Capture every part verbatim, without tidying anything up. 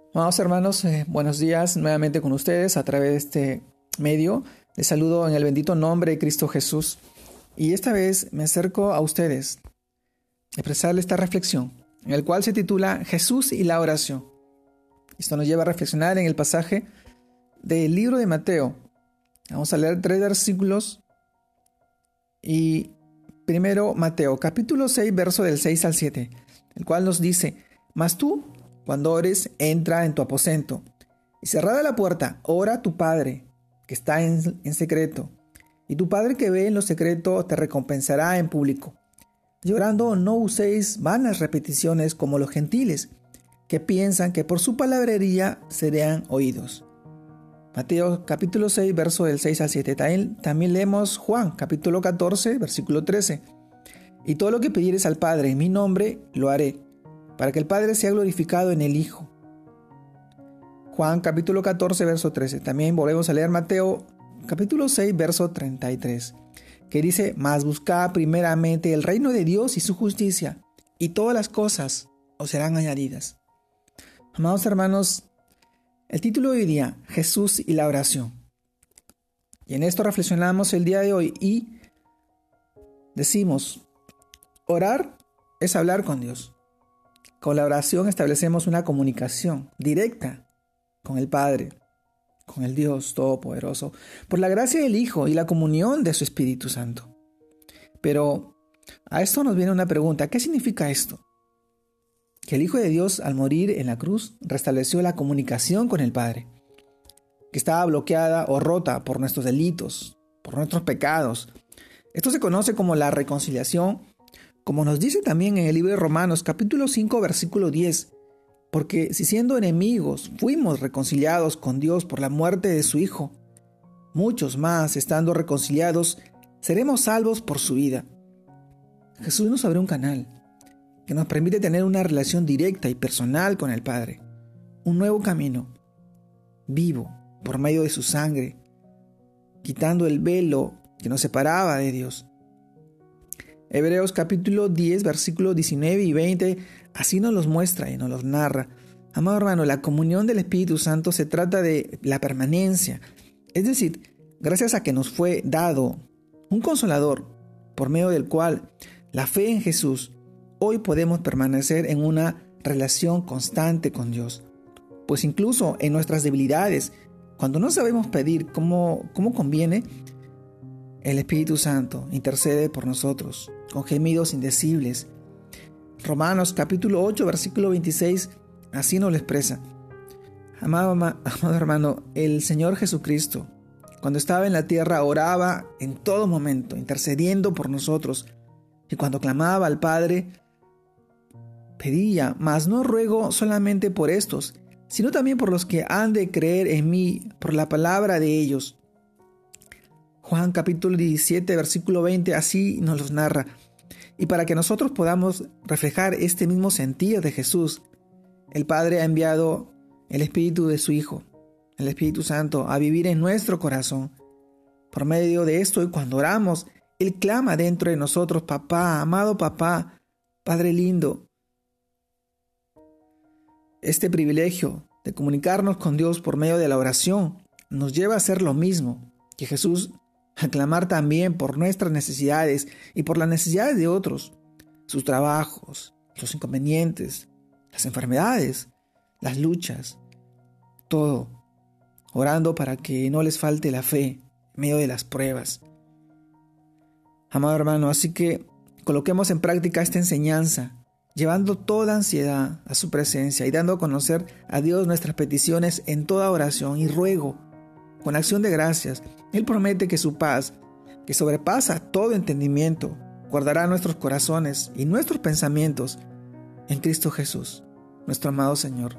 Amados hermanos, eh, buenos días nuevamente con ustedes a través de este medio. Les saludo en el bendito nombre de Cristo Jesús. Y esta vez me acerco a ustedes a expresarles esta reflexión, en el cual se titula Jesús y la oración. Esto nos lleva a reflexionar en el pasaje del libro de Mateo. Vamos a leer tres versículos. Y primero Mateo, capítulo seis, verso del seis al siete, el cual nos dice: Mas tú, cuando ores, entra en tu aposento, y cerrada la puerta, ora a tu Padre, que está en, en secreto, y tu Padre que ve en lo secreto te recompensará en público. Llorando, no uséis vanas repeticiones como los gentiles, que piensan que por su palabrería serán oídos. Mateo capítulo seis, verso del seis al siete. También, también leemos Juan capítulo catorce, versículo trece. Y todo lo que pidieres al Padre en mi nombre, lo haré, para que el Padre sea glorificado en el Hijo. Juan capítulo catorce, verso trece. También volvemos a leer Mateo capítulo seis, verso treinta y tres, que dice: Mas buscad primeramente el reino de Dios y su justicia, y todas las cosas os serán añadidas. Amados hermanos, el título de hoy día, Jesús y la oración. Y en esto reflexionamos el día de hoy y decimos: orar es hablar con Dios. Con la oración establecemos una comunicación directa con el Padre, con el Dios Todopoderoso, por la gracia del Hijo y la comunión de su Espíritu Santo. Pero a esto nos viene una pregunta: ¿qué significa esto? Que el Hijo de Dios, al morir en la cruz, restableció la comunicación con el Padre, que estaba bloqueada o rota por nuestros delitos, por nuestros pecados. Esto se conoce como la reconciliación, como nos dice también en el libro de Romanos capítulo cinco, versículo diez, porque si siendo enemigos fuimos reconciliados con Dios por la muerte de su Hijo, muchos más, estando reconciliados, seremos salvos por su vida. Jesús nos abrió un canal que nos permite tener una relación directa y personal con el Padre, un nuevo camino, vivo, por medio de su sangre, quitando el velo que nos separaba de Dios. Hebreos capítulo diez, versículos diecinueve y veinte, así nos los muestra y nos los narra. Amado hermano, la comunión del Espíritu Santo se trata de la permanencia, es decir, gracias a que nos fue dado un consolador, por medio del cual la fe en Jesús, hoy podemos permanecer en una relación constante con Dios. Pues incluso en nuestras debilidades, cuando no sabemos pedir como, como conviene, el Espíritu Santo intercede por nosotros con gemidos indecibles. Romanos capítulo ocho, versículo veintiséis, así nos lo expresa. Amado, amado hermano, el Señor Jesucristo, cuando estaba en la tierra, oraba en todo momento, intercediendo por nosotros. Y cuando clamaba al Padre, pedía: mas no ruego solamente por estos, sino también por los que han de creer en mí por la palabra de ellos. Juan capítulo diecisiete, versículo veinte, así nos los narra. Y para que nosotros podamos reflejar este mismo sentir de Jesús, el Padre ha enviado el Espíritu de su Hijo, el Espíritu Santo, a vivir en nuestro corazón. Por medio de esto, y cuando oramos, Él clama dentro de nosotros: papá, amado papá, Padre lindo. Este privilegio de comunicarnos con Dios por medio de la oración nos lleva a hacer lo mismo que Jesús, a clamar también por nuestras necesidades y por las necesidades de otros, sus trabajos, los inconvenientes, las enfermedades, las luchas, todo, orando para que no les falte la fe en medio de las pruebas. Amado hermano, así que coloquemos en práctica esta enseñanza, llevando toda ansiedad a su presencia y dando a conocer a Dios nuestras peticiones en toda oración y ruego, con acción de gracias. Él promete que su paz, que sobrepasa todo entendimiento, guardará nuestros corazones y nuestros pensamientos en Cristo Jesús, nuestro amado Señor.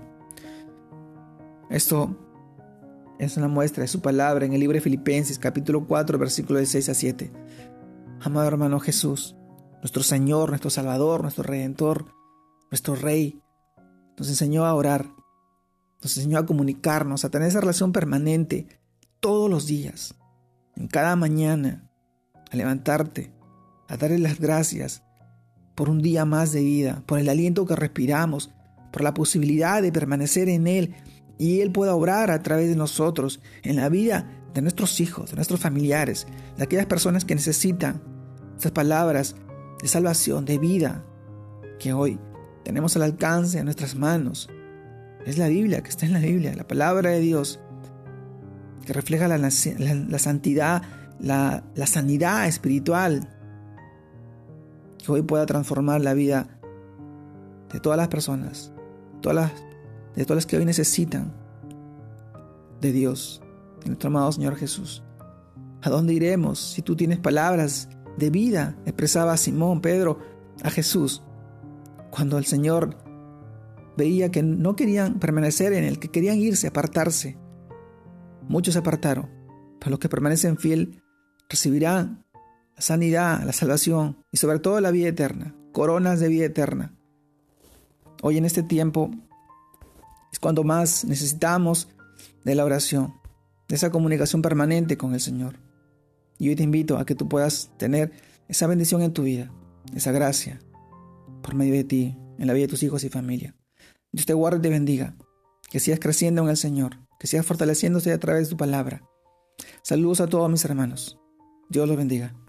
Esto es una muestra de su palabra en el libro de Filipenses, capítulo cuatro, versículos de seis a siete. Amado hermano, Jesús, nuestro Señor, nuestro Salvador, nuestro Redentor, nuestro Rey, nos enseñó a orar, nos enseñó a comunicarnos, a tener esa relación permanente todos los días, en cada mañana, a levantarte, a darle las gracias por un día más de vida, por el aliento que respiramos, por la posibilidad de permanecer en Él y Él pueda obrar a través de nosotros en la vida de nuestros hijos, de nuestros familiares, de aquellas personas que necesitan esas palabras de salvación, de vida, que hoy tenemos al alcance de nuestras manos. Es la Biblia, que está en la Biblia, la palabra de Dios, que refleja la, la, la santidad, la, la sanidad espiritual, que hoy pueda transformar la vida de todas las personas, todas las, de todas las que hoy necesitan de Dios, de nuestro amado Señor Jesús. ¿A dónde iremos si tú tienes palabras de vida? Expresaba Simón Pedro a Jesús cuando el Señor veía que no querían permanecer en Él, que querían irse, apartarse. Muchos se apartaron, pero los que permanecen fiel recibirán la sanidad, la salvación y sobre todo la vida eterna, coronas de vida eterna. Hoy en este tiempo es cuando más necesitamos de la oración, de esa comunicación permanente con el Señor. Y hoy te invito a que tú puedas tener esa bendición en tu vida, esa gracia, por medio de ti, en la vida de tus hijos y familia. Dios te guarde y te bendiga, que sigas creciendo en el Señor, que sigas fortaleciéndose a través de tu palabra. Saludos a todos mis hermanos. Dios los bendiga.